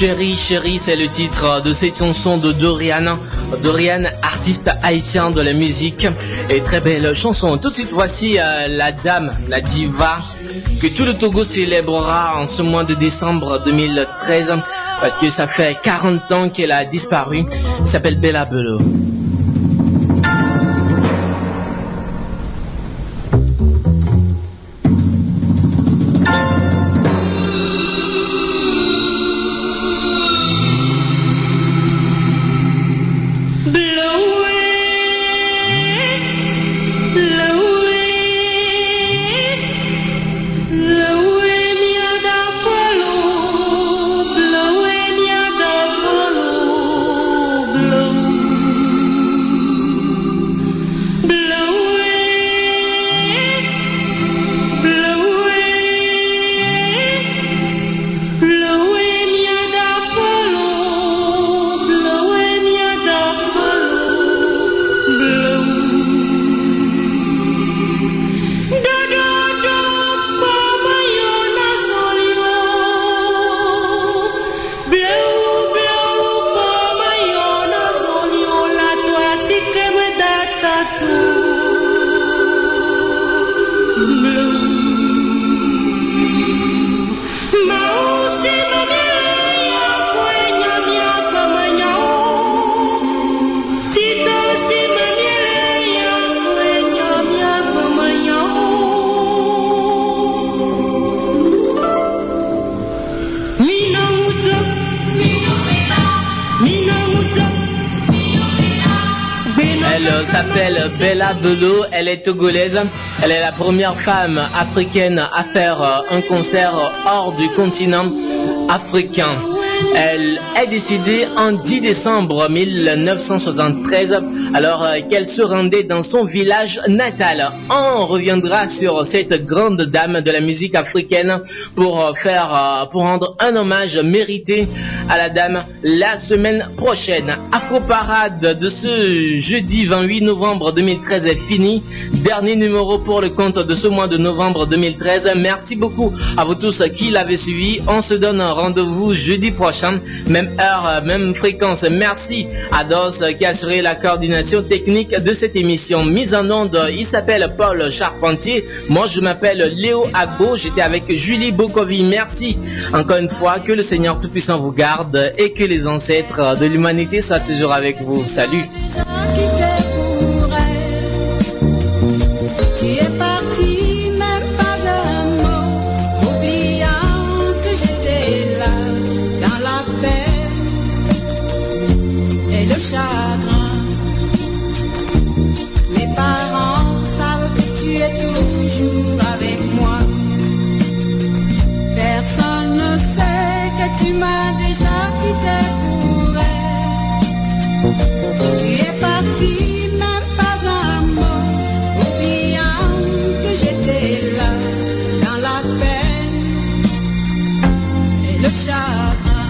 Chérie, chérie, c'est le titre de cette chanson de Dorian. Dorian, artiste haïtien de la musique. Et très belle chanson. Tout de suite, voici la dame, la diva, que tout le Togo célébrera en ce mois de décembre 2013. Parce que ça fait 40 ans qu'elle a disparu. Elle s'appelle Bella Bello. S'appelle Bella Bello, elle est togolaise, elle est la première femme africaine à faire un concert hors du continent africain. Elle est décédée en 10 décembre 1973 alors qu'elle se rendait dans son village natal. On reviendra sur cette grande dame de la musique africaine pour rendre un hommage mérité à la dame la semaine prochaine. Afro Parade de ce jeudi 28 novembre 2013 est fini. Dernier numéro pour le compte de ce mois de novembre 2013. Merci beaucoup à vous tous qui l'avez suivi. On se donne un rendez-vous jeudi prochain, même heure, même fréquence. Merci à Dos qui a assuré la coordination technique de cette émission. Mise en onde, il s'appelle Paul Charpentier. Moi, je m'appelle Léo Agbo. J'étais avec Julie Bokovi. Merci encore une fois. Que le Seigneur Tout-Puissant vous garde et que les ancêtres de l'humanité soient toujours avec vous. Salut. Tu es parti, même pas un mot, oubliant que j'étais là, dans la peine et le chagrin. Mes parents savent que tu es toujours avec moi. Personne ne sait que tu m'as déjà quitté pour elle. Tu es parti, même pas un mot, là, dans la peine et le chagrin.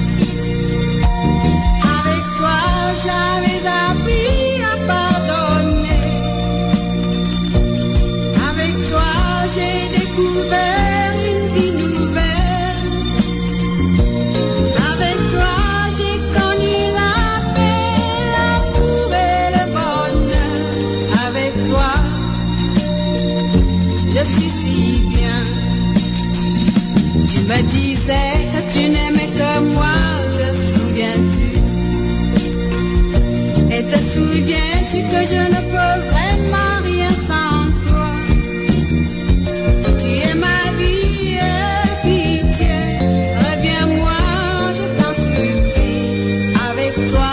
Avec toi, j'avais appris à pardonner. Avec toi, j'ai découvert une vie nouvelle. Avec toi, j'ai connu la paix, l'amour et le bonheur. Avec toi, je suis si bien. Tu me disais que tu n'aimais que moi, te souviens-tu? Et te souviens-tu que je ne peux vraiment rien sans toi? Tu es ma vie, pitié, reviens-moi, je t'en supplie. Avec toi,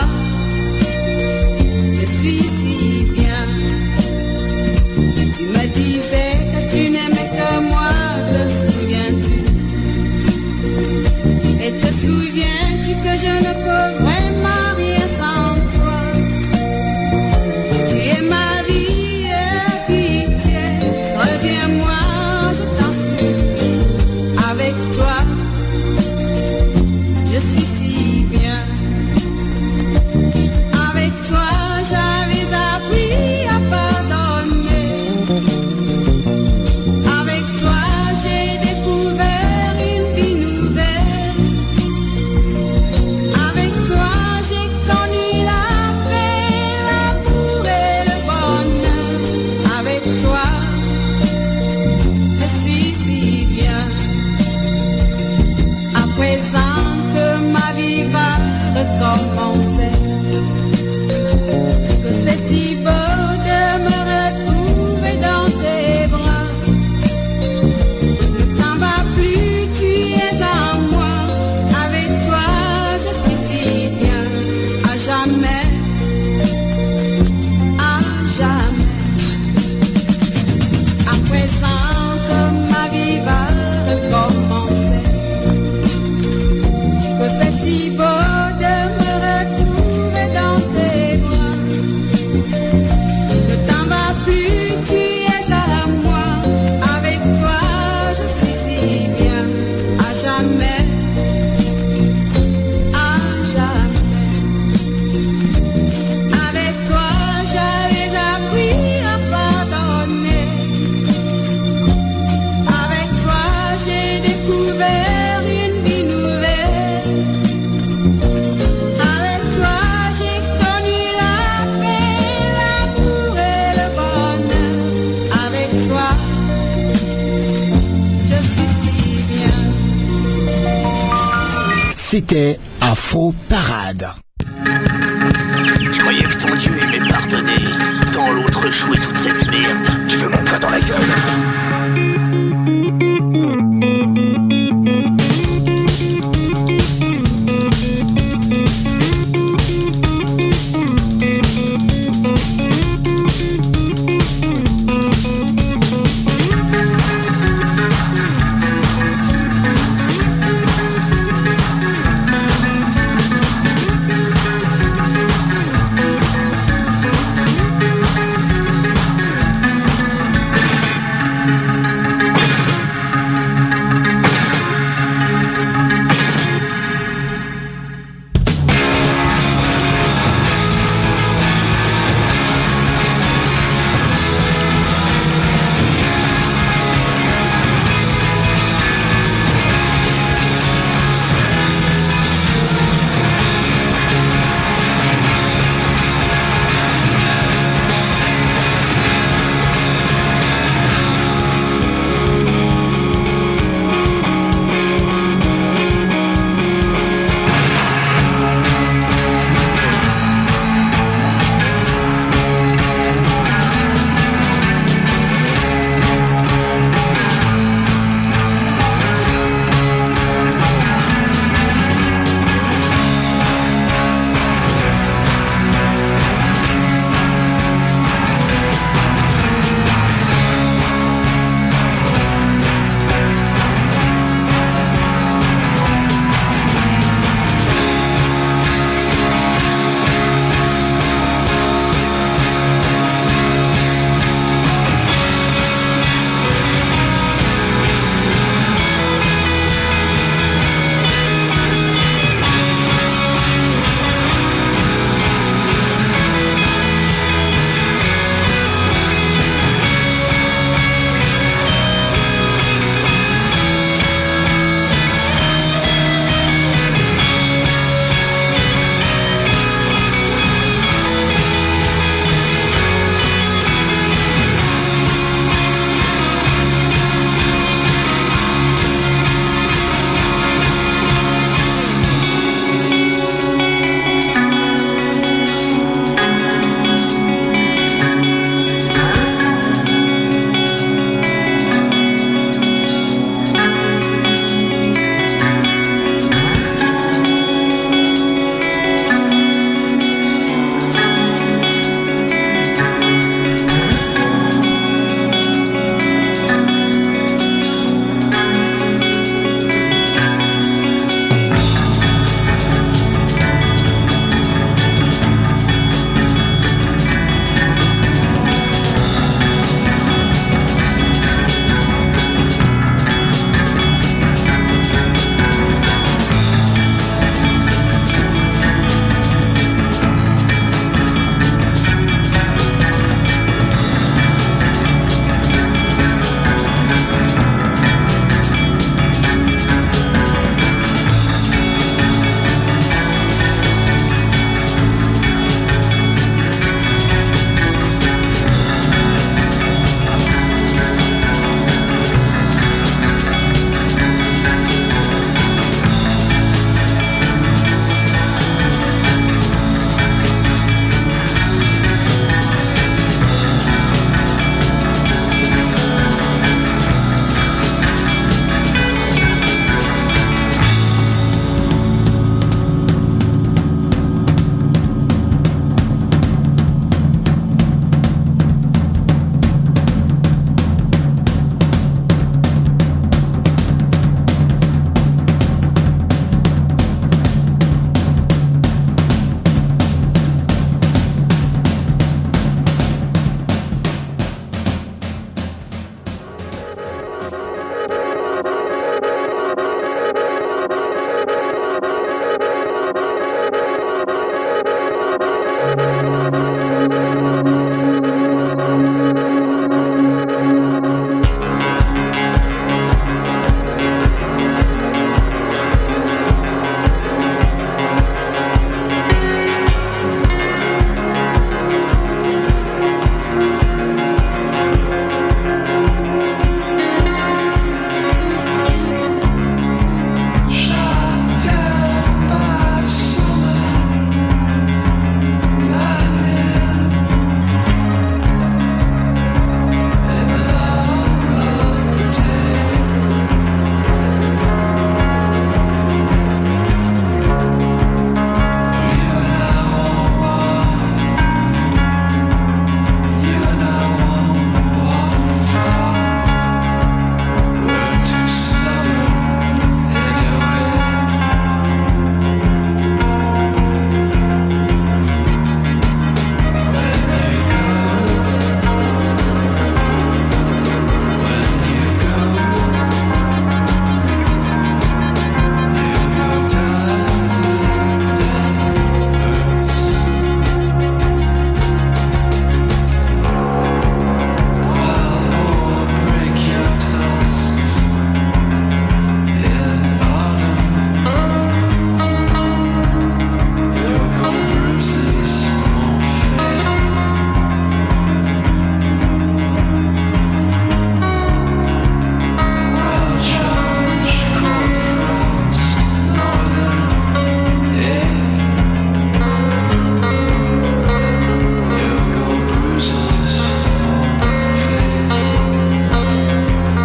je suis si bien. Tu me disais tu n'aimais que moi, te souviens-tu? Et te souviens-tu que je ne peux vraiment rien sans toi? Tu es ma vie, pitié, reviens-moi, je t'en supplie. Avec toi, je suis si bien. Avec toi, j'avais appris à pardonner. C'était Afro Parade. Je croyais que ton Dieu aimait pardonner. Tant l'autre jouait toute cette merde. Tu veux mon poids dans